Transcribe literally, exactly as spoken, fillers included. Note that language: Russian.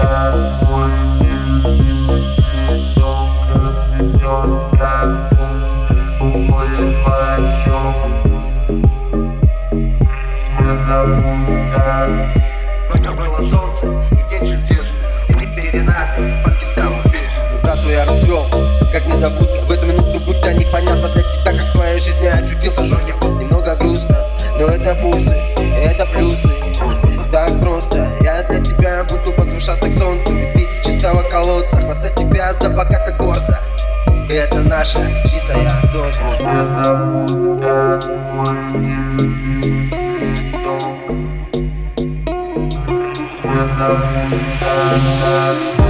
Это было солнце и день чудесный, и ты перенатый покидал песню. Здравствуй, я расцвел, как незабудка. В эту минуту будто непонятно для тебя, как в твоей жизни очутился жонер. Немного грустно, но это пульсы, это плюсы. Так просто, я для тебя буду возвышаться к солнцу и пить с чистого колодца, хватать тебя за богатый горса. И это наша чистая доза. We'll be right back.